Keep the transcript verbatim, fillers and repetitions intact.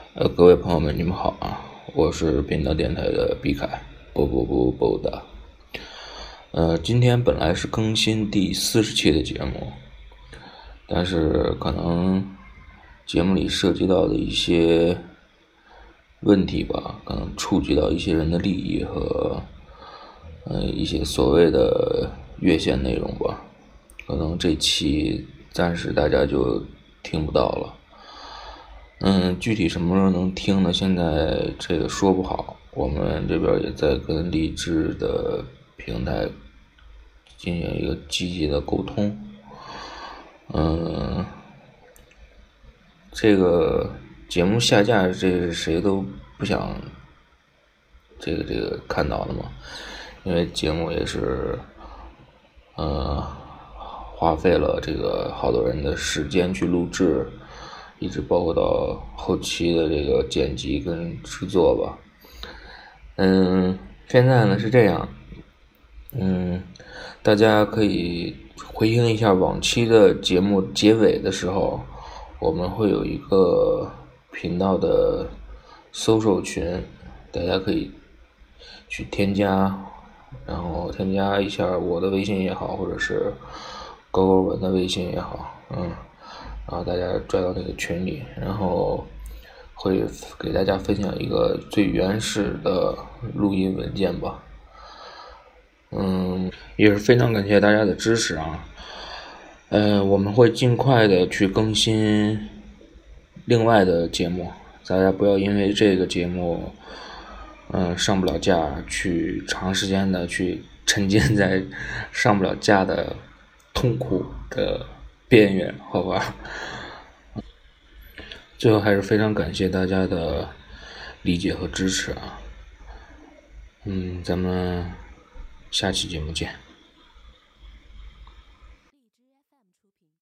呃，各位朋友们，你们好啊！我是频道电台的毕凯，不不不不的。呃，今天本来是更新第四十期的节目，但是可能节目里涉及到的一些问题吧，可能触及到一些人的利益和呃一些所谓的越线内容吧，可能这期暂时大家就听不到了。嗯，具体什么时候能听呢？现在这个说不好，我们这边也在跟励志的平台进行一个积极的沟通。嗯，这个节目下架，这是谁都不想这个这个看到的嘛，因为节目也是呃花费了这个好多人的时间去录制，一直包括到后期的这个剪辑跟制作吧。嗯，现在呢是这样，嗯，大家可以回听一下往期的节目结尾的时候，我们会有一个频道的搜售群，大家可以去添加，然后添加一下我的微信也好，或者是勾勾文的微信也好，嗯，然后大家拽到那个群里，然后会给大家分享一个最原始的录音文件吧。嗯，也是非常感谢大家的支持啊。呃，我们会尽快的去更新另外的节目，大家不要因为这个节目嗯、呃、上不了架，去长时间的去沉浸在上不了架的痛苦的边缘，好吧。最后还是非常感谢大家的理解和支持啊。嗯，咱们下期节目见。